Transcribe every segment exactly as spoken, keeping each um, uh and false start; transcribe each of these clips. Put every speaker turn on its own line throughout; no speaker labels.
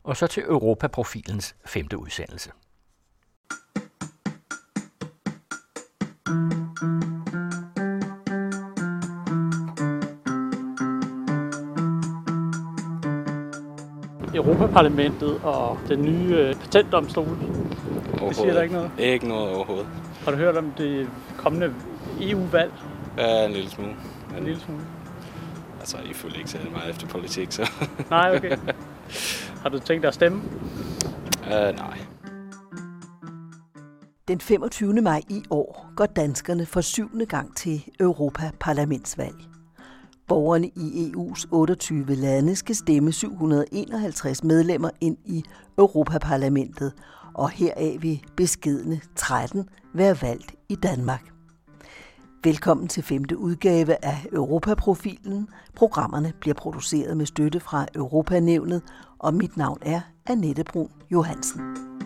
og så til Europaprofilens femte udsendelse.
Europaparlamentet og den nye øh, patentdomstol. Det siger der ikke noget?
Ikke noget overhovedet.
Har du hørt om det kommende E U-valg?
Ja, en lille smule.
En lille smule?
Altså, I følger ikke særlig meget efter politik, så...
Nej, okay. Har du tænkt dig at stemme?
Uh, nej.
Den femogtyvende maj i år går danskerne for syvende gang til Europaparlamentsvalg. Borgerne i E U's otteogtyve lande skal stemme syv hundrede og enoghalvtreds medlemmer ind i Europaparlamentet, og heraf vil beskedne tretten være valgt i Danmark. Velkommen til femte udgave af Europaprofilen. Programmerne bliver produceret med støtte fra Europanævnet, og mit navn er Annette Brun Johansen.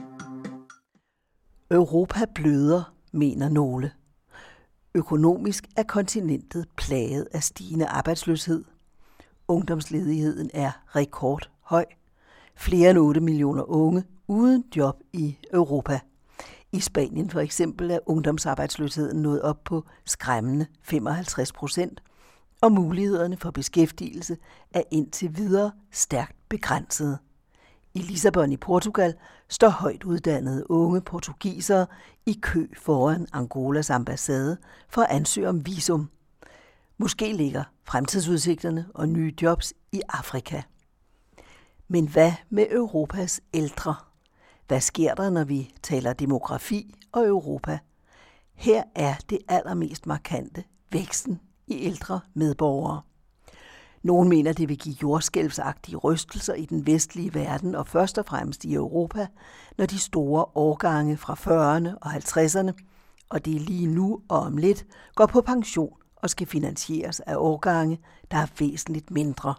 Europa bløder, mener nogle. Økonomisk er kontinentet plaget af stigende arbejdsløshed. Ungdomsledigheden er rekordhøj. Flere end otte millioner unge uden job i Europa. I Spanien for eksempel er ungdomsarbejdsløsheden nået op på skræmmende femoghalvtreds procent, og mulighederne for beskæftigelse er indtil videre stærkt begrænsede. I Lissabon i Portugal står højt uddannede unge portugisere i kø foran Angolas ambassade for at ansøge om visum. Måske ligger fremtidsudsigterne og nye jobs i Afrika. Men hvad med Europas ældre? Hvad sker der, når vi taler demografi og Europa? Her er det allermest markante væksten i ældre medborgere. Nogle mener, det vil give jordskælvsagtige rystelser i den vestlige verden og først og fremmest i Europa, når de store årgange fra fyrrerne og halvtredserne, og det er lige nu og om lidt, går på pension og skal finansieres af årgange, der er væsentligt mindre.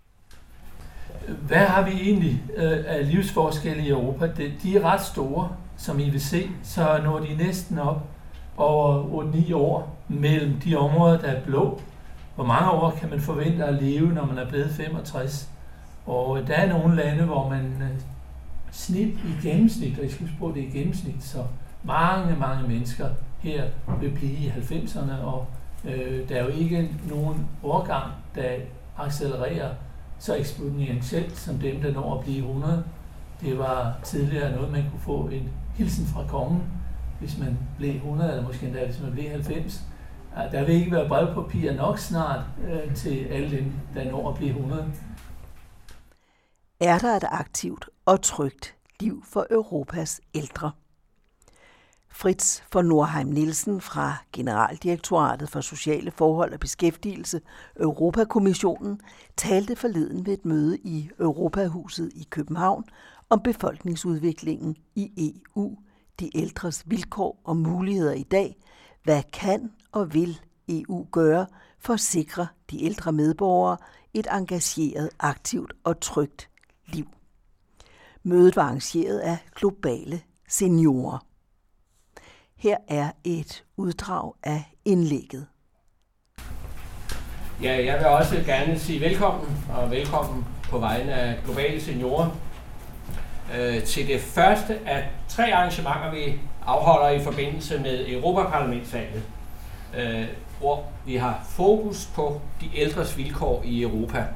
Hvad har vi egentlig øh, af livsforskelle i Europa? De er ret store, som I vil se, så når de næsten op over otte ni år mellem de områder, der er blå. Hvor mange år kan man forvente at leve, når man er blevet femogtres? Og der er nogle lande, hvor man øh, snit i gennemsnit, og jeg skal huske på, det er i gennemsnit, så mange, mange mennesker her vil blive i halvfemserne, og øh, der er jo ikke nogen årgang, der accelererer så eksponentielt som dem, der når at blive hundrede. Det var tidligere noget, man kunne få en hilsen fra kongen, hvis man blev hundrede, eller måske endda, hvis man blev halvfems. Der vil ikke være brevpapir nok snart øh, til alle dem, der når at blive hundrede.
Er der et aktivt og trygt liv for Europas ældre? Fritz von Norheim Nielsen fra Generaldirektoratet for Sociale Forhold og Beskæftigelse, Europakommissionen, talte forleden ved et møde i Europahuset i København om befolkningsudviklingen i E U, de ældres vilkår og muligheder i dag. Hvad kan og vil E U gøre for at sikre de ældre medborgere et engageret, aktivt og trygt liv? Mødet var arrangeret af Globale Seniorer. Her er et uddrag af indlægget.
Ja, jeg vil også gerne sige velkommen, og velkommen på vegne af Globale Seniorer øh, til det første af tre arrangementer, vi afholder i forbindelse med Europaparlamentsvalget, øh, hvor vi har fokus på de ældres vilkår i Europa.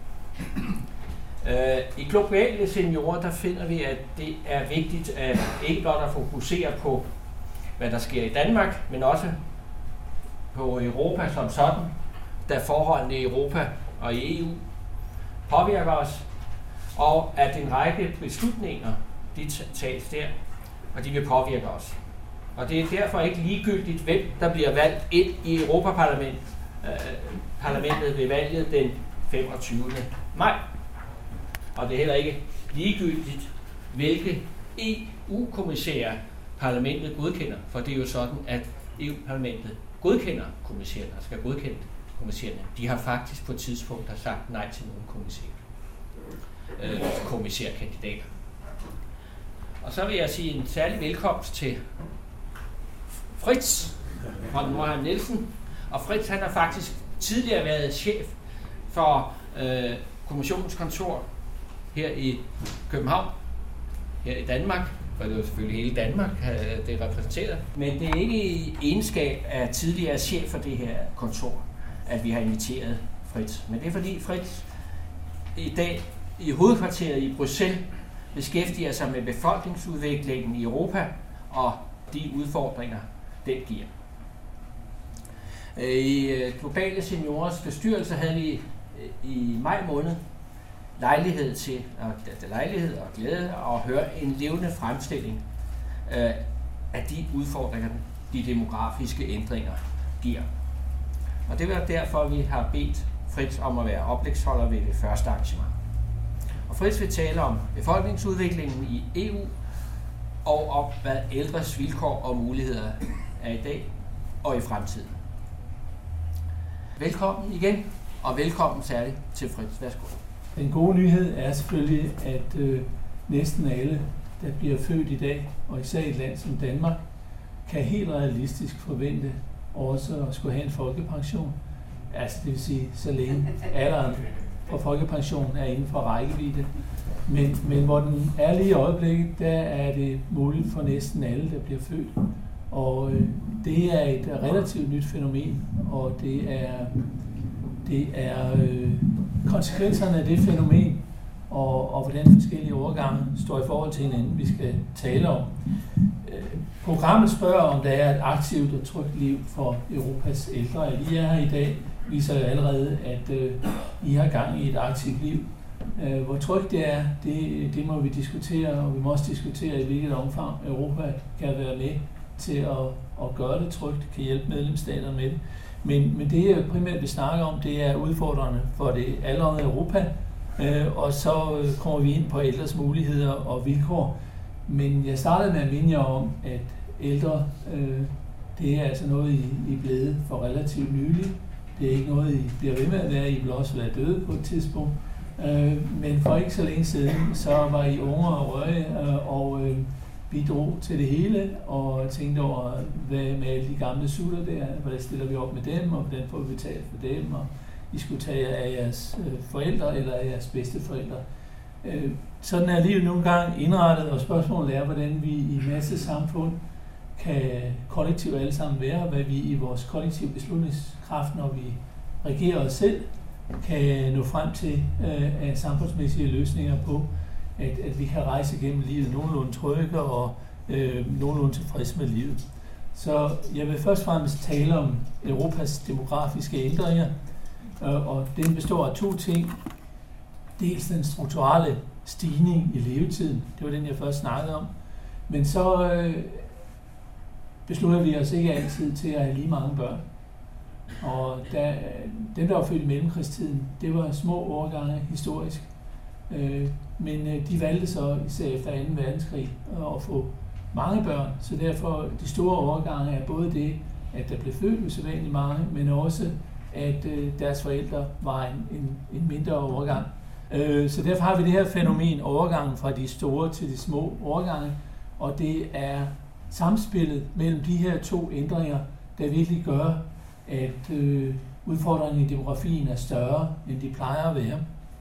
Øh, I Globale Seniorer, der finder vi, at det er vigtigt at ikke blot at fokusere på, hvad der sker i Danmark, men også på Europa som sådan, da forholdene i Europa og i E U påvirker os, og at en række beslutninger, de tages der, og de vil påvirke os. Og det er derfor ikke ligegyldigt, hvem der bliver valgt ind i Europaparlamentet øh, parlamentet ved valget den femogtyvende maj. Og det er heller ikke ligegyldigt, hvilke E U-kommissærer parlamentet godkender, for det er jo sådan, at E U-parlamentet godkender kommissærerne, og skal godkende kommissærerne. De har faktisk på et tidspunkt har sagt nej til nogle kommissærer, øh, kommissærkandidater. Og så vil jeg sige en særlig velkomst til Fritz von Norheim Nielsen. Og Fritz, han har faktisk tidligere været chef for øh, kommissionens kontor her i København, her i Danmark, for det er jo selvfølgelig hele Danmark, det er repræsenteret. Men det er ikke i egenskab af tidligere chef for det her kontor, at vi har inviteret Fritz. Men det er fordi Fritz i dag i hovedkvarteret i Bruxelles beskæftiger sig med befolkningsudviklingen i Europa og de udfordringer, den giver. I Globale Seniorers bestyrelse havde vi i maj måned lejlighed til lejlighed og glæde at høre en levende fremstilling af de udfordringer, de demografiske ændringer giver. Og det var derfor, vi har bedt Fritz om at være oplægsholder ved det første arrangement. Og Fritz vil tale om befolkningsudviklingen i E U og om, hvad ældres vilkår og muligheder er i dag og i fremtiden. Velkommen igen, og velkommen særligt til Fritz. Værsgo.
Den gode nyhed er selvfølgelig, at øh, næsten alle, der bliver født i dag, og især i et land som Danmark, kan helt realistisk forvente også at skulle have en folkepension. Altså det vil sige, så længe alderen for folkepensionen er inden for rækkevidde. Men, men hvor den er lige i øjeblikket, der er det muligt for næsten alle, der bliver født. Og øh, det er et relativt nyt fænomen, og det er, det er øh, konsekvenserne af det fænomen, og, og hvordan forskellige overgange står i forhold til hinanden, vi skal tale om. Øh, programmet spørger, om der er et aktivt og trygt liv for Europas ældre. At I er her i dag, viser jo allerede, at øh, I har gang i et aktivt liv. Øh, hvor trygt det er, det, det må vi diskutere, og vi må også diskutere, i hvilket omfang Europa kan være med til at, at gøre det trygt, kan hjælpe medlemsstaterne med det. Men, men det, jeg primært vil snakke om, det er udfordrende for det allerede Europa, øh, og så kommer vi ind på ældres muligheder og vilkår. Men jeg startede med at minde jer om, at ældre, øh, det er altså noget, I, I er blevet for relativt nylig. Det er ikke noget, I bliver ved med at være. I vil også være døde på et tidspunkt. Øh, men for ikke så længe siden, så var I unge og røge, øh, og øh, bidrog til det hele, og tænkte over, hvad med alle de gamle sutter der, hvordan stiller vi op med dem, og hvordan får vi betalt for dem, og I skulle tage af jeres øh, forældre eller af jeres bedsteforældre. Øh, sådan er livet nogle gange indrettet, og spørgsmålet er, hvordan vi i masse samfund kan kollektivt alle sammen være, hvad vi i vores kollektive beslutningskraft, når vi regerer os selv, kan nå frem til øh, af samfundsmæssige løsninger på, at, at vi kan rejse gennem livet nogenlunde trygge og øh, nogenlunde tilfreds med livet. Så jeg vil først og fremmest tale om Europas demografiske ændringer, øh, og den består af to ting. Dels den strukturelle stigning i levetiden, det var den, jeg først snakkede om, men så øh, beslutter vi os ikke altid til at have lige mange børn. Og da, dem, der var født i mellemkrigstiden, det var små årgange historisk. Øh, men øh, de valgte så især efter anden verdenskrig at få mange børn, så derfor de store årgange er både det, at der blev født usædvanligt mange, men også at øh, deres forældre var en, en, en mindre årgang. Øh, så derfor har vi det her fænomen, overgangen fra de store til de små årgange, og det er samspillet mellem de her to ændringer, der virkelig gør, at øh, udfordringen i demografien er større, end de plejer at være.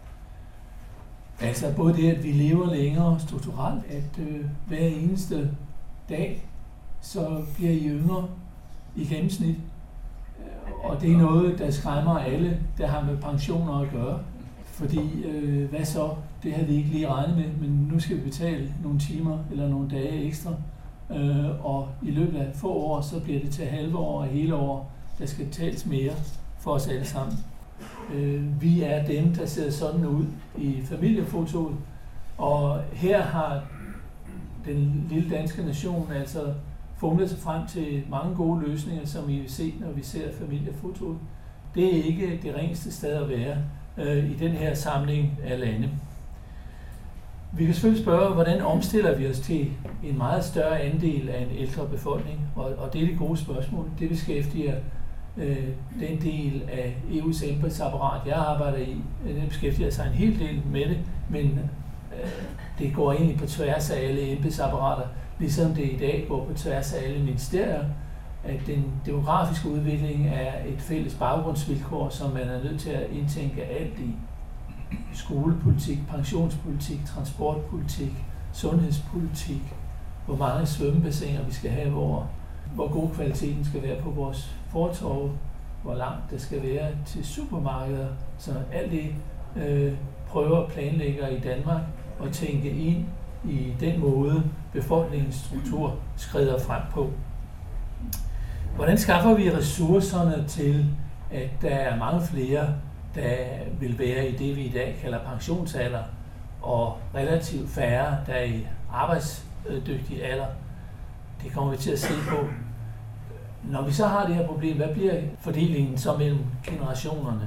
Altså både det, at vi lever længere strukturelt, at øh, hver eneste dag, så bliver I yngre i gennemsnit. Og det er noget, der skræmmer alle, der har med pensioner at gøre. Fordi, øh, hvad så? Det havde vi ikke lige regnet med, men nu skal vi betale nogle timer eller nogle dage ekstra. Øh, og i løbet af få år, så bliver det til halve år og hele år, der skal betales mere for os alle sammen. Øh, vi er dem, der ser sådan ud i familiefotoet, og her har den lille danske nation altså fundet sig frem til mange gode løsninger, som I vil se, når vi ser familiefotoet. Det er ikke det ringeste sted at være øh, i den her samling af lande. Vi kan selvfølgelig spørge, hvordan omstiller vi os til en meget større andel af en ældre befolkning, og, og det er det gode spørgsmål. Det beskæftiger øh, den del af E U's embedsapparat, jeg arbejder i. Den beskæftiger sig en hel del med det, men øh, det går egentlig på tværs af alle embedsapparater, ligesom det i dag går på tværs af alle ministerier, at den demografiske udvikling er et fælles baggrundsvilkår, som man er nødt til at indtænke alt i. skolepolitik, pensionspolitik, transportpolitik, sundhedspolitik, hvor mange svømmebassiner vi skal have, hvor, hvor god kvaliteten skal være på vores fortorv, hvor langt det skal være til supermarkeder. Så alt det øh, prøver planlæggere i Danmark at tænke ind i den måde, befolkningens struktur skrider frem på. Hvordan skaffer vi ressourcerne til, at der er mange flere, der vil være i det, vi i dag kalder pensionsalder, og relativt færre, der er i arbejdsdygtig alder? Det kommer vi til at se på. Når vi så har det her problem, hvad bliver fordelingen så mellem generationerne?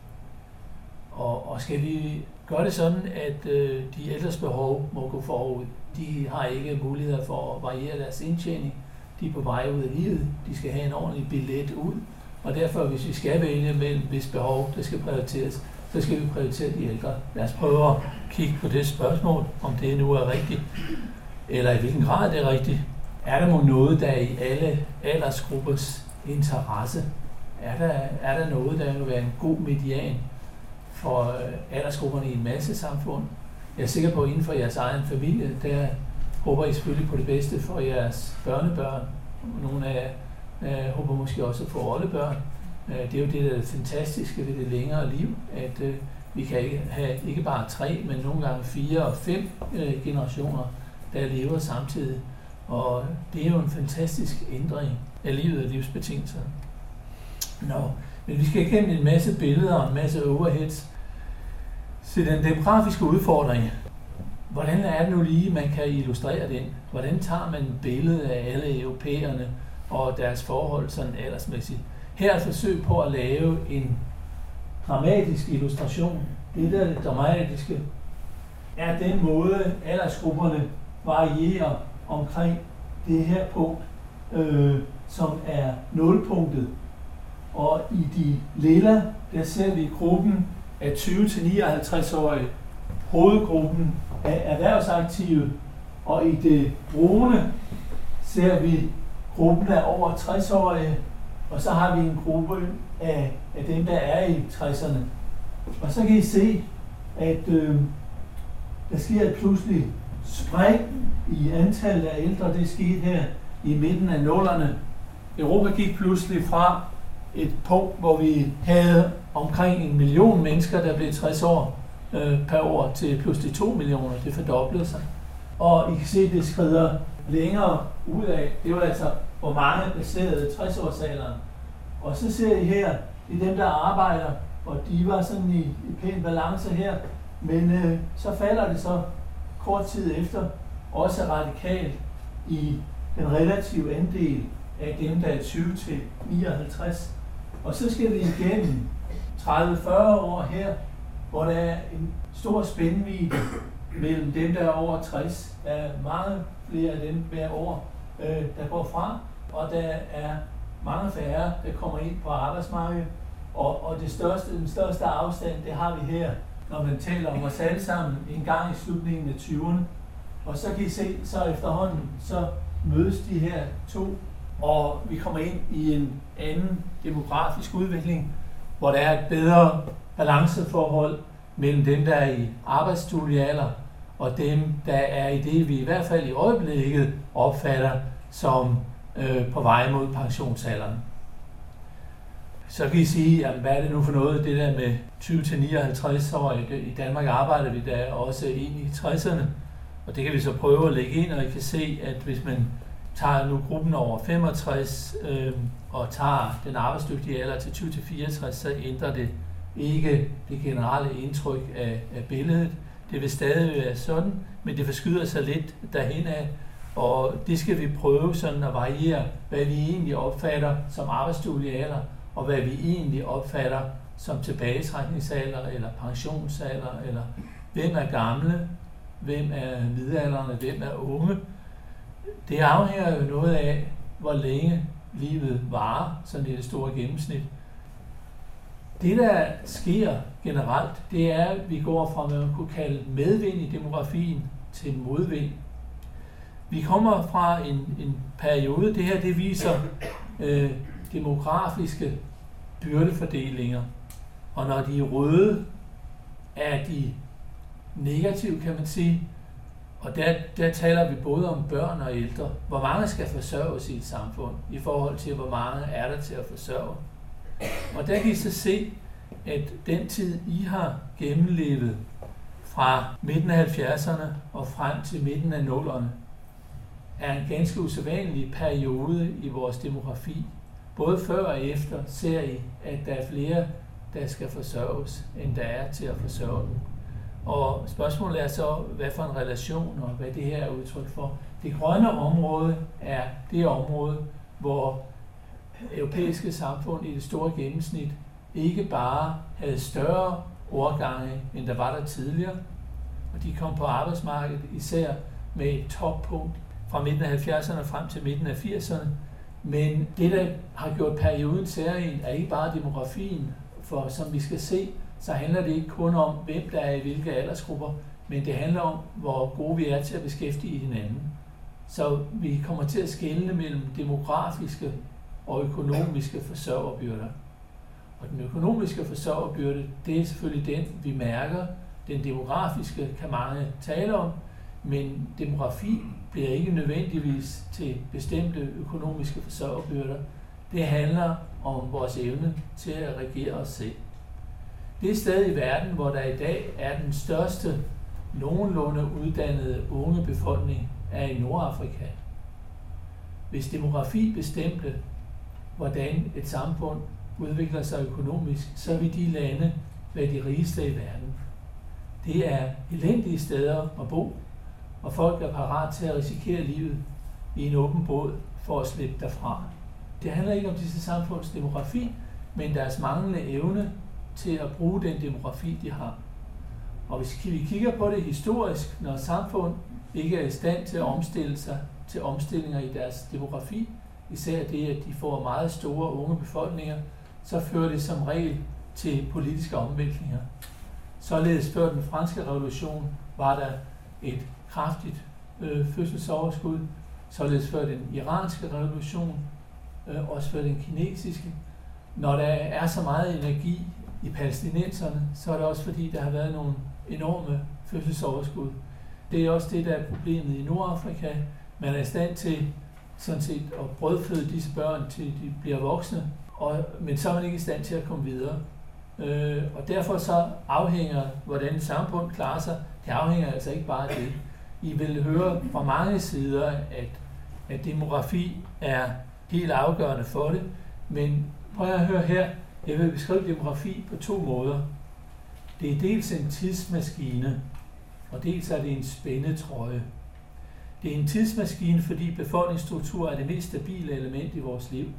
Og, og skal vi gøre det sådan, at øh, de ældres behov må gå forud? De har ikke muligheder for at variere deres indtjening. De er på vej ud af livet. De skal have en ordentlig billet ud. Og derfor, hvis vi skal vælge mellem hvis behov, der skal prioriteres, så skal vi prioritere de ældre. Lad os prøve at kigge på det spørgsmål, om det nu er rigtigt, eller i hvilken grad det er rigtigt. Er der noget, der er i alle aldersgruppers interesse? Er der, er der noget, der vil være en god median for aldersgrupperne i en masse samfund? Jeg er sikker på, at inden for jeres egen familie, der håber I selvfølgelig på det bedste for jeres børnebørn. Nogle af jer øh, håber måske også at få oldebørn. Det er jo det, der er det fantastiske ved det længere liv, at øh, vi kan ikke have ikke bare tre, men nogle gange fire og fem øh, generationer, der lever samtidig. Og det er jo en fantastisk ændring af livet og livsbetingelserne. Nå, men vi skal igennem en masse billeder og en masse overheads. Så den demografiske udfordring, hvordan er det nu lige, man kan illustrere den? Hvordan tager man et billede af alle europæerne og deres forhold sådan aldersmæssigt? Her er et forsøg på at lave en dramatisk illustration. Det der er det dramatiske, er den måde, aldersgrupperne varierer omkring det her punkt, øh, som er nulpunktet. Og i de lilla, der ser vi gruppen af tyve til nioghalvtreds-årige, hovedgruppen af erhvervsaktive, og i det brune ser vi gruppen af over tres-årige, og så har vi en gruppe af, af dem, der er i tresserne. Og så kan I se, at øh, der sker et pludselig spring i antallet af ældre. Det skete her i midten af nullerne. Europa gik pludselig fra et punkt, hvor vi havde omkring en million mennesker, der blev tres år øh, per år, til pludselig to millioner. Det fordoblede sig. Og I kan se, at det skrider længere ud af. Det var altså, hvor mange passerede tres-årsalderen. Og så ser I her, det er dem, der arbejder, og de var sådan i, i pæn balance her. Men øh, så falder det så kort tid efter, også radikalt i den relative andel af dem, der er tyve til nioghalvtreds. Og så skal vi igennem tredive til fyrre år her, hvor der er en stor spændvidde mellem dem, der er over tres. Der er mange flere af dem hver år, øh, der går fra, og der er mange færre, der kommer ind på arbejdsmarkedet. Og, og det største, den største afstand, det har vi her, når man taler om os alle sammen en gang i slutningen af tyverne. Og så kan I se, så efterhånden, så mødes de her to, og vi kommer ind i en anden demografisk udvikling, hvor der er et bedre balanceforhold mellem dem, der er i arbejdsduelig alder, og dem, der er i det, vi i hvert fald i øjeblikket opfatter som øh, på vej mod pensionsalderen. Så kan I sige, jamen, hvad er det nu for noget, det der med tyve til nioghalvtreds år? I Danmark arbejder vi da også ind i tresserne, og det kan vi så prøve at lægge ind, og I kan se, at hvis man tager nu gruppen over femogtres øh, og tager den arbejdsdygtige alder til tyve til fireogtres, så ændrer det ikke det generelle indtryk af, af billedet. Det vil stadig være sådan, men det forskyder sig lidt derhen af, og det skal vi prøve sådan at variere, hvad vi egentlig opfatter som arbejdsduelig alder, og hvad vi egentlig opfatter som tilbagetrækningsalder eller pensionsalder, eller hvem er gamle, hvem er midaldrende, hvem er unge. Det afhænger jo noget af, hvor længe livet varer, sådan i det store gennemsnit. Det, der sker generelt, det er, at vi går fra, hvad man kunne kalde medvind i demografien, til modvind. Vi kommer fra en, en periode, det her det viser øh, demografiske byrdefordelinger, og når de er røde, er de negative, kan man sige. Og der, der taler vi både om børn og ældre. Hvor mange skal forsørges i et samfund, i forhold til, hvor mange er der til at forsørge. Og der kan I så se, at den tid, I har gennemlevet fra midten af halvfjerdserne og frem til midten af nullerne, er en ganske usædvanlig periode i vores demografi. Både før og efter ser I, at der er flere, der skal forsørges, end der er til at forsørge dem. Og spørgsmålet er så, hvad for en relation og hvad det her er udtryk for. Det grønne område er det område, hvor europæiske samfund i det store gennemsnit ikke bare havde større årgange, end der var der tidligere. Og de kom på arbejdsmarkedet især med et toppunkt fra midten af halvfjerdserne frem til midten af firserne. Men det, der har gjort perioden særlig, er ikke bare demografien, for som vi skal se, så handler det ikke kun om, hvem der er i hvilke aldersgrupper, men det handler om, hvor gode vi er til at beskæftige hinanden. Så vi kommer til at skelne mellem demografiske og økonomiske forsørgerbyrder. Og den økonomiske forsørgerbyrde, det er selvfølgelig den, vi mærker. Den demografiske kan mange tale om, men demografi bliver ikke nødvendigvis til bestemte økonomiske forsørgerbyrder. Det handler om vores evne til at regere os selv. Det sted i verden, hvor der i dag er den største nogenlunde uddannede unge befolkning, er i Nordafrika. Hvis demografi bestemte, hvordan et samfund udvikler sig økonomisk, så vil de lande være de rigeste i verden. Det er elendige steder at bo, og folk er parat til at risikere livet i en åben båd for at slippe derfra. Det handler ikke om disse samfunds demografi, men deres manglende evne til at bruge den demografi, de har. Og hvis vi kigger på det historisk, når samfund ikke er i stand til at omstille sig til omstillinger i deres demografi, især det, at de får meget store unge befolkninger, så fører det som regel til politiske omvæltninger. Således før den franske revolution var der et kraftigt øh, fødselsoverskud, således før den iranske revolution, øh, også før den kinesiske. Når der er så meget energi i palæstinenserne, så er det også fordi, der har været nogle enorme fødselsoverskud. Det er også det, der er problemet i Nordafrika. Man er i stand til sådan set at brødføde disse børn, til de bliver voksne, og, men så er man ikke i stand til at komme videre. Øh, og derfor så afhænger, hvordan et samfund klarer sig, det afhænger altså ikke bare af det. I vil høre fra mange sider, at, at demografi er helt afgørende for det, men prøv at høre her, jeg vil beskrive demografi på to måder. Det er dels en tidsmaskine, og dels er det en spændetrøje. Det er en tidsmaskine, fordi befolkningsstruktur er det mest stabile element i vores liv.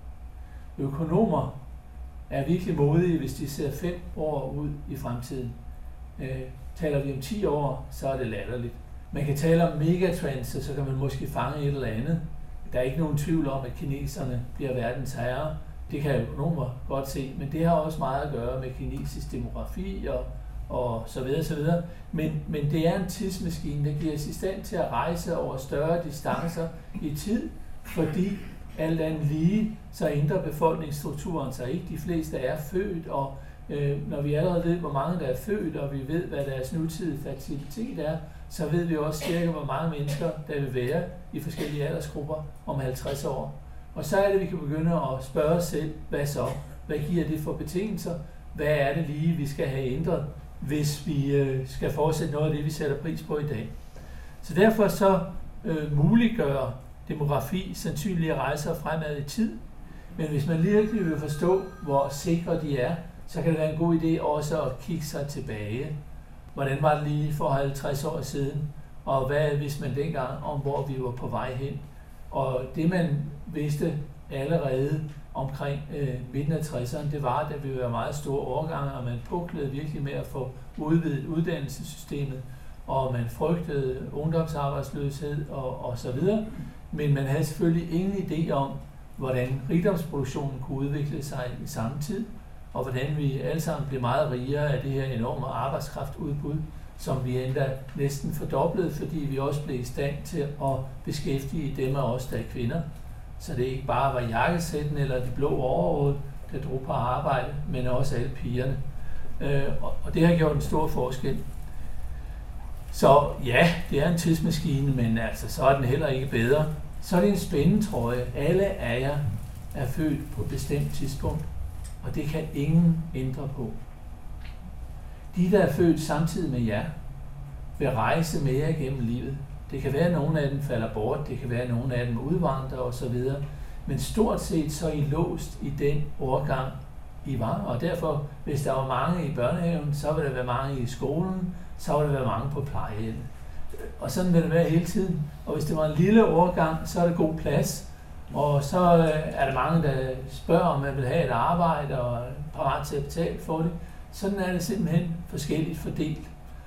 Økonomer er virkelig modige, hvis de ser fem år ud i fremtiden. Øh, taler vi om ti år, så er det latterligt. Man kan tale om megatrends, så kan man måske fange et eller andet. Der er ikke nogen tvivl om, at kineserne bliver verdens herre. Det kan økonomer godt se, men det har også meget at gøre med kinesisk demografi og, og så videre, så videre. Men, men det er en tidsmaskine, der giver os i stand til at rejse over større distancer i tid, fordi alt andet lige, så ændrer befolkningsstrukturen sig ikke. De fleste er født, og øh, når vi allerede ved, hvor mange der er født, og vi ved, hvad deres nutidige fertilitet er, så ved vi også cirka, hvor mange mennesker, der vil være i forskellige aldersgrupper om halvtreds år. Og så er det, vi kan begynde at spørge os selv, hvad så? Hvad giver det for betingelser? Hvad er det lige, vi skal have ændret, hvis vi øh, skal fortsætte noget af det, vi sætter pris på i dag? Så derfor så øh, muliggør demografi sandsynlige rejser fremad i tid. Men hvis man virkelig vil forstå, hvor sikre de er, så kan det være en god idé også at kigge sig tilbage. Hvordan var det lige for halvtreds år siden? Og hvad hvis man dengang om, hvor vi var på vej hen? Og det man vidste allerede omkring øh, midten af tresserne, det var, at vi var meget store årgange, og man puklede virkelig med at få udvidet uddannelsessystemet, og man frygtede ungdomsarbejdsløshed og, og så videre. Men man havde selvfølgelig ingen idé om, hvordan rigdomsproduktionen kunne udvikle sig i samme tid, og hvordan vi alle sammen blev meget rigere af det her enorme arbejdskraftudbud, som vi endda næsten fordoblede, fordi vi også blev i stand til at beskæftige dem af os, der er kvinder. Så det ikke bare var jakkesætten eller de blå overhoved, der drog på arbejde, men også alle pigerne. Øh, og, og det har gjort en stor forskel. Så ja, det er en tidsmaskine, men altså, så er den heller ikke bedre. Så er det en spændetrøje. Alle af jer er født på et bestemt tidspunkt, og det kan ingen ændre på. De, der er født samtidig med jer, vil rejse med jer gennem livet. Det kan være, at nogle af dem falder bort, det kan være, at nogle af dem udvandrer osv., men stort set så er I låst i den årgang, I var, og derfor, hvis der var mange i børnehaven, så vil der være mange i skolen, så vil der være mange på plejehjemmet. Og sådan vil det være hele tiden. Og hvis det var en lille årgang, så er der god plads, og så er der mange, der spørger, om man vil have et arbejde og er parat til at betale for det. Sådan er det simpelthen forskelligt fordelt.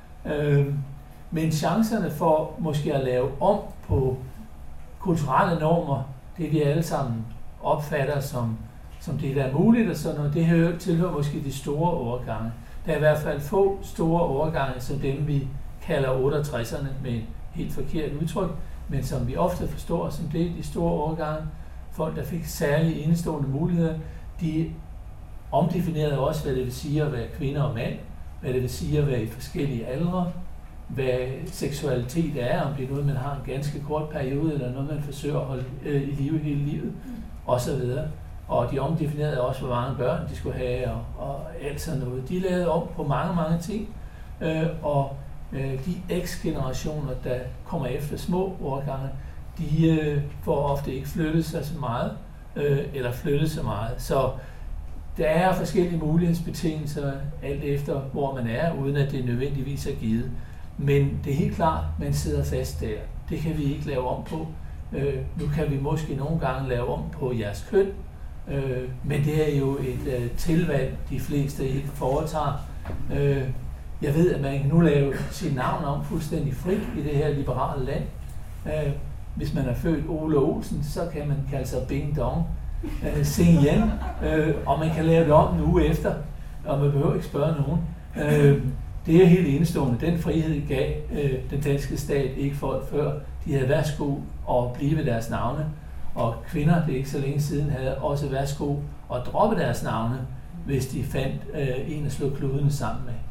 Øh, men chancerne for måske at lave om på kulturelle normer, det vi alle sammen opfatter som, som det, der er muligt, og sådan noget, det hører, tilhører måske de store overgange. Der er i hvert fald få store overgange, som dem vi kalder otteogtresserne med et helt forkert udtryk, men som vi ofte forstår som det, de store overgange. Folk, der fik særlige indestående muligheder, de omdefinerede også, hvad det vil sige at være kvinde og mand, hvad det vil sige at være i forskellige aldre, hvad seksualitet er, om det er noget, man har en ganske kort periode, eller noget, man forsøger at holde øh, i live hele livet, osv. Og de omdefinerede også, hvor mange børn de skulle have, og, og alt sådan noget. De lavede om på mange, mange ting, øh, og øh, de X-generationer, der kommer efter små årgange, de øh, får ofte ikke flyttet sig så meget, øh, eller flyttet så meget. Så der er forskellige mulighedsbetingelser, alt efter hvor man er, uden at det nødvendigvis er givet. Men det er helt klart, at man sidder fast der. Det kan vi ikke lave om på. Øh, nu kan vi måske nogle gange lave om på jeres køn, øh, men det er jo et øh, tilvalg, de fleste ikke foretager. Øh, jeg ved, at man kan nu lave sit navn om fuldstændig frit i det her liberale land. Øh, hvis man er født Ole Olsen, så kan man kalde sig Bing Dong, øh, Sing Yen, øh, og man kan lave det om en uge efter, og man behøver ikke spørge nogen. Øh, Det er helt enestående. Den frihed gav øh, den danske stat ikke folk før. De havde værsgo at blive ved deres navne, og kvinder, det er ikke så længe siden, havde også værsgo at droppe deres navne, hvis de fandt øh, en at slå kludene sammen med.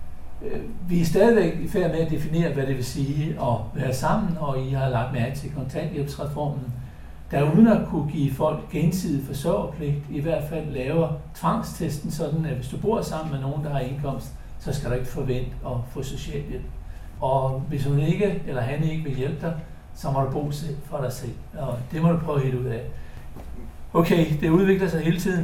Øh, vi er stadigvæk i færd med at definere, hvad det vil sige at være sammen, og I har lagt mærke til kontanthjælpsreformen, der uden at kunne give folk gensidig forsørgerpligt, i hvert fald laver tvangstesten sådan, at hvis du bor sammen med nogen, der har indkomst, så skal du ikke forvente at få socialhjælp. Og hvis hun ikke, eller han ikke vil hjælpe dig, så må du bo selv for dig selv. Og det må du prøve at hitte ud af. Okay, det udvikler sig hele tiden.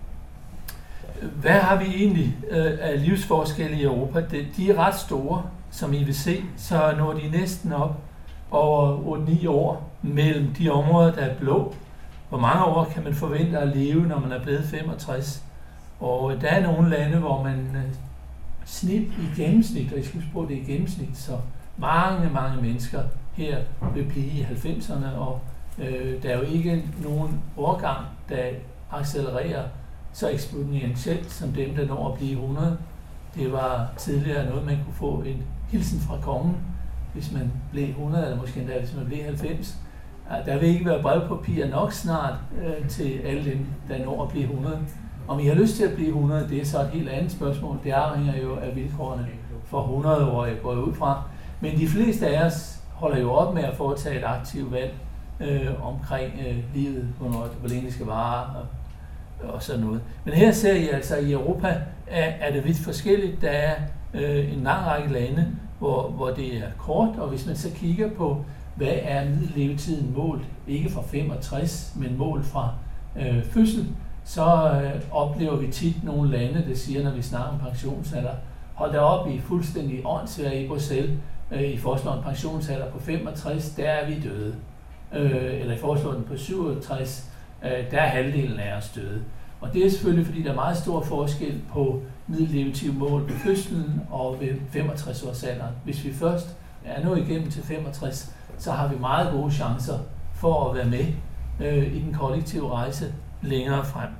Hvad har vi egentlig øh, af livsforskelle i Europa? De er ret store, som I vil se, så når de næsten op over otte ni år mellem de områder, der er blå. Hvor mange år kan man forvente at leve, når man er blevet femogtres? Og der er nogle lande, hvor man øh, snit i gennemsnit, og jeg skal huske på, det er i gennemsnit, så mange, mange mennesker her vil blive i halvfemserne, og øh, der er jo ikke nogen årgang, der accelererer så eksponentielt som dem, der når at blive hundrede. Det var tidligere noget, man kunne få en hilsen fra kongen, hvis man blev hundrede, eller måske endda, hvis man blev halvfems. Der vil ikke være brevpapir nok snart øh, til alle dem, der når at blive hundrede. Om I har lyst til at blive hundrede, det er så et helt andet spørgsmål. Det afhænger jo af vilkårene for hundrede år, jeg går ud fra. Men de fleste af os holder jo op med at foretage et aktivt valg øh, omkring øh, livet, hvornår, hvor længe det skal vare og, og sådan noget. Men her ser I altså, i Europa er, er det vidt forskelligt. Der er øh, en lang række lande, hvor, hvor det er kort, og hvis man så kigger på, hvad er middellevetiden målt, ikke fra femogtres, men målt fra øh, fødsel, så øh, oplever vi tit nogle lande, der siger, når vi snakker om pensionsalder, hold da op, i fuldstændig åndssvær i Bruxelles, øh, I foreslår en pensionsalder på femogtres, der er vi døde. Øh, eller I foreslår den på syvogtres, øh, der er halvdelen af os døde. Og det er selvfølgelig, fordi der er meget stor forskel på middellevetid mål ved fødslen og ved femogtres års alderen. Hvis vi først er nået igennem til femogtres, så har vi meget gode chancer for at være med øh, i den kollektive rejse længere frem.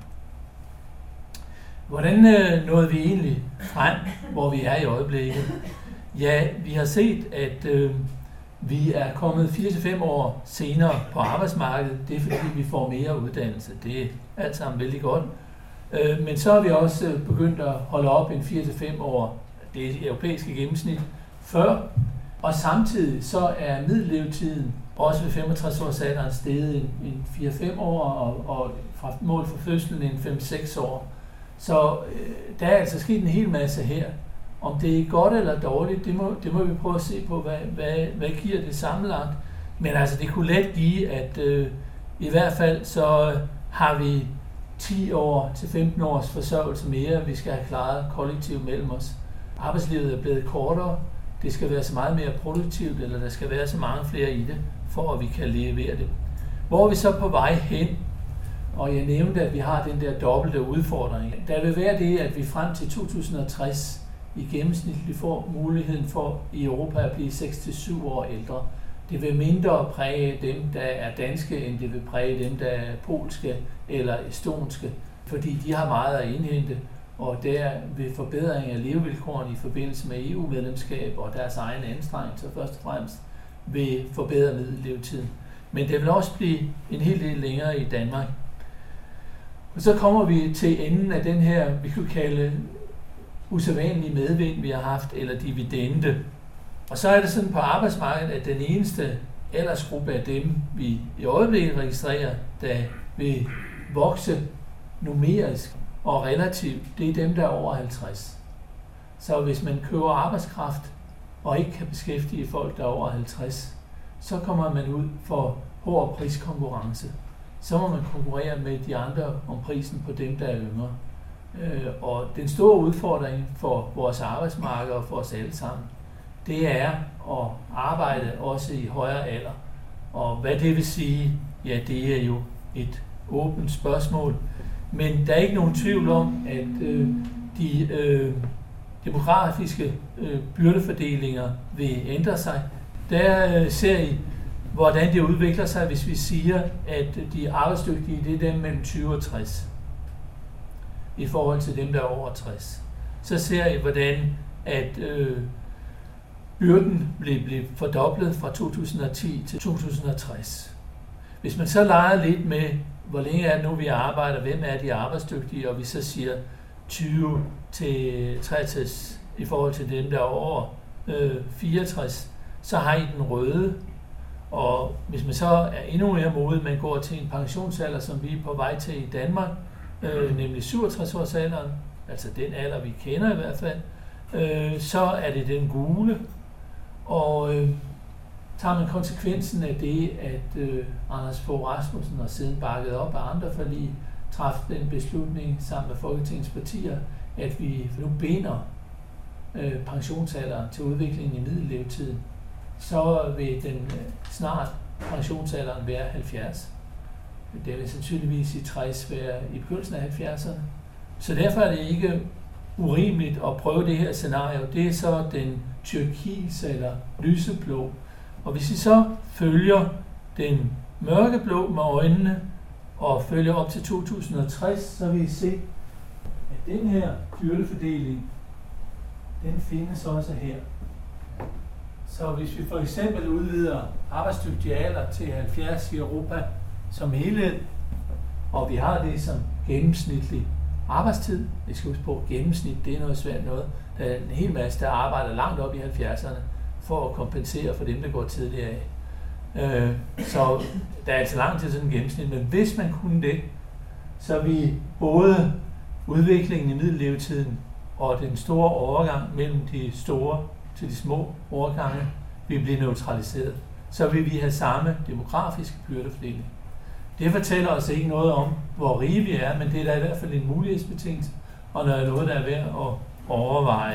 Hvordan øh, nåede vi egentlig frem, hvor vi er i øjeblikket? Ja, vi har set, at øh, vi er kommet fire til fem år senere på arbejdsmarkedet. Det er fordi, vi får mere uddannelse. Det er alt sammen vældig godt. Øh, men så har vi også begyndt at holde op en fire til fem år, det europæiske gennemsnit, før. Og samtidig så er middellevetiden også ved femogtres års alderen steget en, en fire til fem år, og, og fra mål for fødslen en fem til seks år. Så øh, der er altså sket en hel masse her. Om det er godt eller dårligt, det må, det må vi prøve at se på, hvad, hvad, hvad giver det sammenlagt. Men altså, det kunne let give, at øh, i hvert fald så har vi ti år til femten års forsørgelse mere, vi skal have klaret kollektivt mellem os. Arbejdslivet er blevet kortere, det skal være så meget mere produktivt, eller der skal være så mange flere i det, for at vi kan levere det. Hvor er vi så på vej hen? Og jeg nævnte, at vi har den der dobbelte udfordring. Der vil være det, at vi frem til to tusind og tres i gennemsnit får muligheden for i Europa at blive seks til syv år ældre. Det vil mindre præge dem, der er danske, end det vil præge dem, der er polske eller estonske, fordi de har meget at indhente, og der vil forbedring af levevilkårene i forbindelse med E U-medlemskab og deres egne anstrengelser først og fremmest vil forbedre middellevetiden. Men det vil også blive en hel del længere i Danmark. Og så kommer vi til enden af den her, vi kunne kalde usædvanlige medvind, vi har haft, eller dividende. Og så er det sådan på arbejdsmarkedet, at den eneste aldersgruppe af dem, vi i øjeblikket registrerer, der vil vokse numerisk og relativt, det er dem, der er over halvtreds. Så hvis man køber arbejdskraft og ikke kan beskæftige folk, der er over halvtreds, så kommer man ud for hård priskonkurrence. Så må man konkurrere med de andre om prisen på dem, der er yngre. Og den store udfordring for vores arbejdsmarked og for os alle sammen, det er at arbejde også i højere alder. Og hvad det vil sige, ja, det er jo et åbent spørgsmål. Men der er ikke nogen tvivl om, at øh, de øh, demografiske øh, byrdefordelinger vil ændre sig. Der øh, ser I, hvordan det udvikler sig, hvis vi siger, at de arbejdsdygtige, det er dem mellem tyve og tres, i forhold til dem, der er over tres. Så ser I, hvordan at øh, byrden blev, blev fordoblet fra to tusind og ti til to tusind og tres. Hvis man så leger lidt med, hvor længe er det nu, vi arbejder, hvem er de arbejdsdygtige, og vi så siger tyve til treogtres i forhold til dem, der er over øh, fireogtres, så har I den røde. Og hvis man så er endnu mere modig, man går til en pensionsalder, som vi er på vej til i Danmark, øh, nemlig syvogtres års alderen, altså den alder, vi kender i hvert fald, øh, så er det den gule. Og øh, tager man konsekvensen af det, at øh, Anders Fogh Rasmussen har siden bakket op af andre forlig, træffet den beslutning sammen med Folketingets partier, at vi nu binder øh, pensionsalderen til udviklingen i middellevetiden, så vil den øh, snart pensionsalderen være halvfjerds. Det vil sandsynligvis i tres være i begyndelsen af halvfjerdserne. Så derfor er det ikke urimeligt at prøve det her scenario. Det er så den tyrkis eller lyseblå. Og hvis I så følger den mørkeblå med øjnene og følger op til to tusind og tres, så vil I se, at den her byrdefordeling, den findes også her. Så hvis vi for eksempel udvider arbejdsdygtige alder til halvfjerds i Europa som helhed, og vi har det som gennemsnitlig arbejdstid, vi skal huske på, gennemsnit, det er noget svært noget, der er en hel masse, der arbejder langt op i halvfjerdserne, for at kompensere for dem, der går tidligere af. Øh, så der er altså langt til sådan en gennemsnit, men hvis man kunne det, så vi både udviklingen i middellevetiden og den store overgang mellem de store til de små overgange vil blive neutraliseret. Så vil vi have samme demografiske byrdefordeling. Det fortæller os ikke noget om, hvor rige vi er, men det er da i hvert fald en mulighedsbetingelse, og der er noget, der er værd at overveje.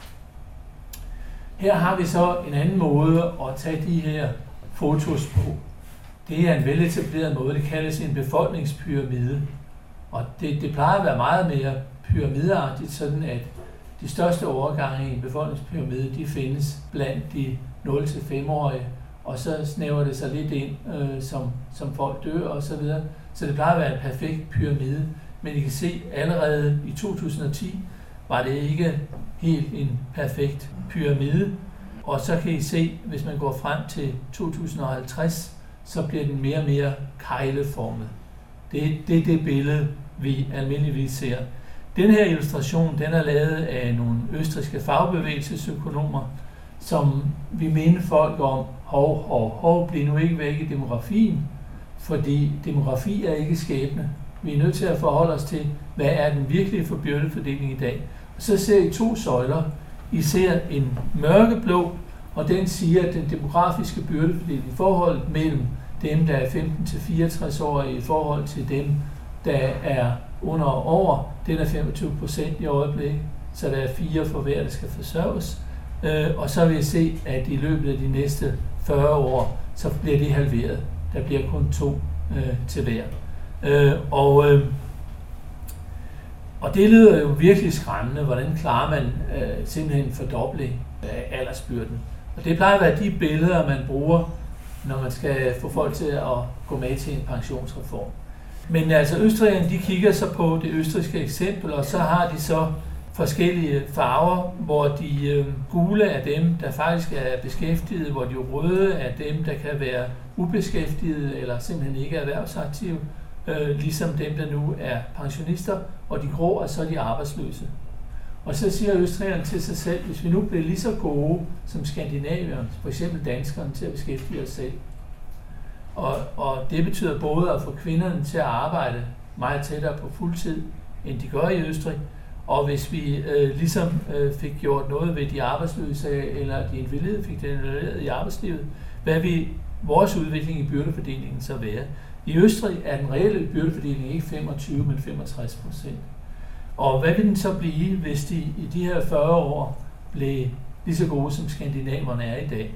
Her har vi så en anden måde at tage de her fotos på. Det er en veletableret måde, det kaldes en befolkningspyramide. Og det, det plejer at være meget mere pyramideagtigt, sådan at de største overgange i en befolkningspyramide, de findes blandt de nul til fem-årige, og så snæver det sig lidt ind, øh, som, som folk dør og så videre. Så det plejer at være en perfekt pyramide. Men I kan se, allerede i to tusind og ti var det ikke helt en perfekt pyramide. Og så kan I se, hvis man går frem til to tusind og halvtreds, så bliver den mere og mere kegleformet. Det, det er det billede, vi almindeligvis ser. Den her illustration, den er lavet af nogle østrigske fagbevægelsesøkonomer, som vi minder folk om, hov, hov, hov, bliv nu ikke væk i demografien, fordi demografi er ikke skæbne. Vi er nødt til at forholde os til, hvad er den virkelige byrdefordeling i dag. Og så ser I to søjler. I ser en mørkeblå, og den siger, at den demografiske byrdefordeling i forhold mellem dem, der er femten til fireogtres år, i forhold til dem, der er under og over, den er femogtyve procent i øjeblikket, så der er fire for hver, der skal forsørges. Øh, og så vil jeg se, at i løbet af de næste fyrre år, så bliver det halveret. Der bliver kun to øh, til hver. Øh, og, øh, og det lyder jo virkelig skræmmende, hvordan klarer man øh, simpelthen en fordobling af aldersbyrden. Og det plejer at være de billeder, man bruger, når man skal få folk til at gå med til en pensionsreform. Men altså østrigerne, de kigger så på det østrigske eksempel, og så har de så forskellige farver, hvor de øh, gule er dem, der faktisk er beskæftigede, hvor de røde er dem, der kan være ubeskæftigede eller simpelthen ikke erhvervsaktive, øh, ligesom dem, der nu er pensionister, og de grå er så de arbejdsløse. Og så siger østrigerne til sig selv, hvis vi nu bliver lige så gode som skandinavierne, for eksempel danskerne, til at beskæftige os selv, og, og det betyder både at få kvinderne til at arbejde meget tættere på fuldtid, end de gør i Østrig, og hvis vi øh, ligesom øh, fik gjort noget ved de arbejdsløse, eller de invalide fik det annulleret i arbejdslivet, hvad vil vores udvikling i byrdefordelingen så være? I Østrig er den reelle byrdefordeling ikke femogtyve, men femogtres procent. Og hvad vil den så blive, hvis de i de her fyrre år blev lige så gode, som skandinaverne er i dag?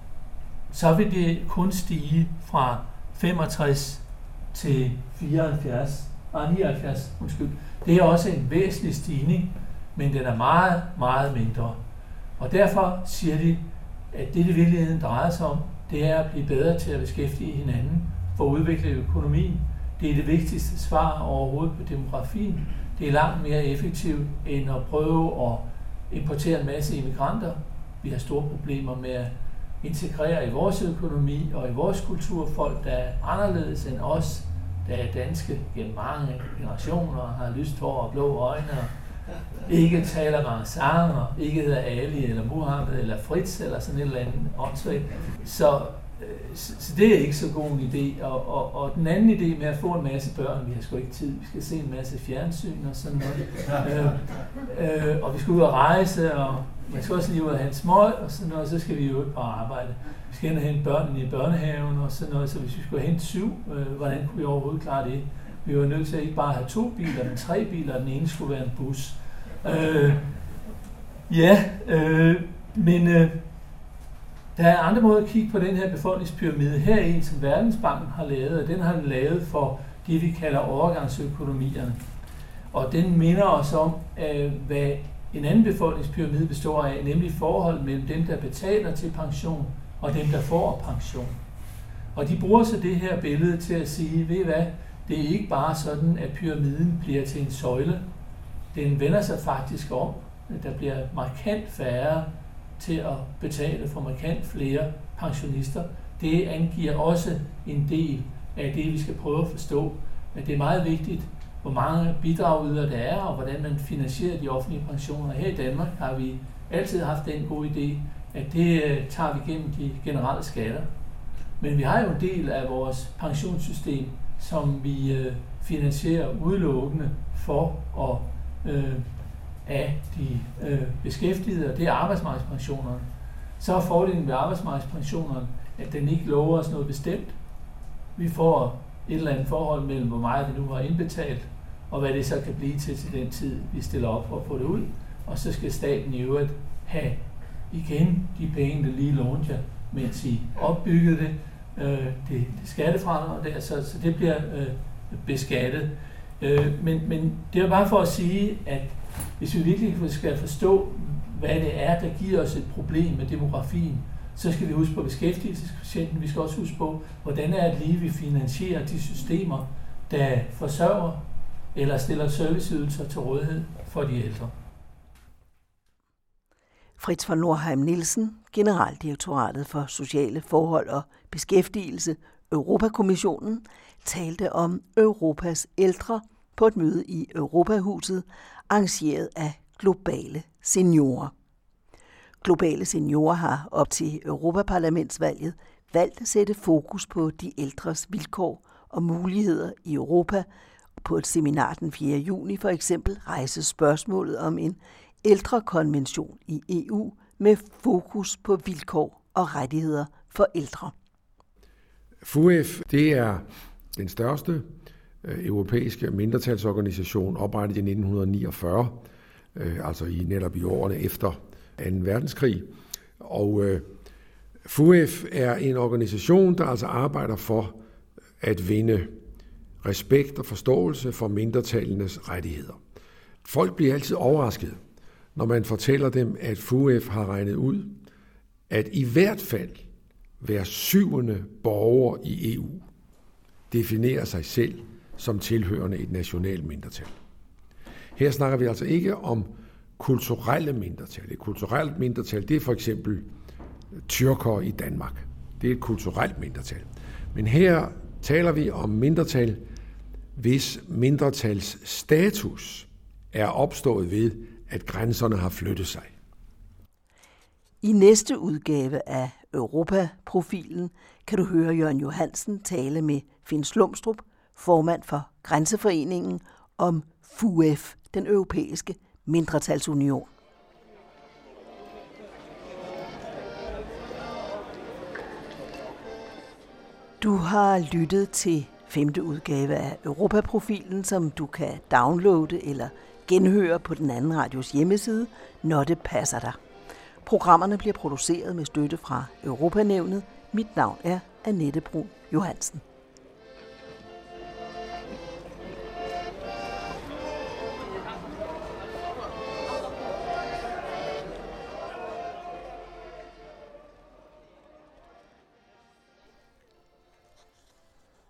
Så vil det kun stige fra femogtres til fireoghalvfjerds, nej nioghalvfjerds, undskyld. Det er også en væsentlig stigning, men den er meget, meget mindre. Og derfor siger de, at det, det virkeligheden drejer sig om, det er at blive bedre til at beskæftige hinanden for at udvikle økonomien. Det er det vigtigste svar overhovedet på demografien. Det er langt mere effektivt end at prøve at importere en masse immigranter. Vi har store problemer med at integrere i vores økonomi og i vores kultur folk, der er anderledes end os, der er danske gennem mange generationer, har lyst hår og blå øjne, og ikke taler mange sanger, ikke hedder Ali eller Muhammed eller Fritz eller sådan et eller andet åndssvagt. Så, så, så det er ikke så god en idé. Og, og, og den anden idé med at få en masse børn, vi har sgu ikke tid, vi skal se en masse fjernsyn og sådan noget. Øh, øh, og vi skal ud og rejse, og man skal også lige ud og have en smøg, og sådan noget, og så skal vi jo på arbejde. Vi skal hen og hente børnene i børnehaven og sådan noget, så hvis vi skulle hente syv, øh, hvordan kunne vi overhovedet klare det? Vi var nødt til at ikke bare have to biler, men tre biler, og den ene skulle være en bus. Øh, ja, øh, men øh, der er andre måder at kigge på den her befolkningspyramide. Her er en, som Verdensbanken har lavet, og den har den lavet for det, vi kalder overgangsøkonomierne. Og den minder os om, øh, hvad en anden befolkningspyramide består af, nemlig forhold mellem dem, der betaler til pension, og dem, der får pension. Og de bruger så det her billede til at sige, ved I hvad, det er ikke bare sådan, at pyramiden bliver til en søjle. Den vender sig faktisk om, at der bliver markant færre til at betale for markant flere pensionister. Det angiver også en del af det, vi skal prøve at forstå. Men det er meget vigtigt, hvor mange bidragydere der er, og hvordan man finansierer de offentlige pensioner. Her i Danmark har vi altid haft den gode idé, at det tager vi gennem de generelle skatter. Men vi har jo en del af vores pensionssystem, som vi øh, finansierer udelukkende for at øh, af de øh, beskæftigede, og det er arbejdsmarkedspensionerne. Så er fordelen ved arbejdsmarkedspensionerne, at den ikke lover os noget bestemt. Vi får et eller andet forhold mellem, hvor meget vi nu har indbetalt, og hvad det så kan blive til til den tid, vi stiller op for at få det ud. Og så skal staten i øvrigt have igen de penge, der lige lånte jer, mens I opbyggede det. Øh, det, det skattefradrag der, så, så det bliver øh, beskattet. Øh, men, men det er bare for at sige, at hvis vi virkelig skal forstå, hvad det er, der giver os et problem med demografien, så skal vi huske på beskæftigelseskvotienten. Vi skal også huske på, hvordan er det lige, vi finansierer de systemer, der forsørger eller stiller serviceydelser til rådighed for de ældre.
Fritz von Norheim Nielsen, Generaldirektoratet for Sociale Forhold og Beskæftigelse, Europakommissionen, talte om Europas ældre på et møde i Europahuset, arrangeret af Globale Seniorer. Globale Seniorer har op til Europaparlamentsvalget valgt at sætte fokus på de ældres vilkår og muligheder i Europa. På et seminar den fjerde juni for eksempel rejses spørgsmålet om en ældrekonvention i E U med fokus på vilkår og rettigheder for ældre.
F U E F, det er den største øh, europæiske mindretalsorganisation, oprettet i nitten niogfyrre, øh, altså i netop i årene efter anden verdenskrig. Og øh, F U E F er en organisation, der altså arbejder for at vinde respekt og forståelse for mindretallenes rettigheder. Folk bliver altid overrasket, når man fortæller dem, at F U E F har regnet ud, at i hvert fald hver syvende borger i E U definerer sig selv som tilhørende et nationalt mindretal. Her snakker vi altså ikke om kulturelle mindretal. Et kulturelt mindretal, det er for eksempel tyrkere i Danmark. Det er et kulturelt mindretal. Men her taler vi om mindretal, hvis mindretals status er opstået ved, at grænserne har flyttet sig.
I næste udgave af Europaprofilen kan du høre Jørgen Johansen tale med Finn Slumstrup, formand for Grænseforeningen, om F U E F, den europæiske mindretalsunion. Du har lyttet til femte udgave af Europaprofilen, som du kan downloade eller genhøre på den anden radios hjemmeside, når det passer dig. Programmerne bliver produceret med støtte fra Europanævnet. Mit navn er Annette Brun Johansen.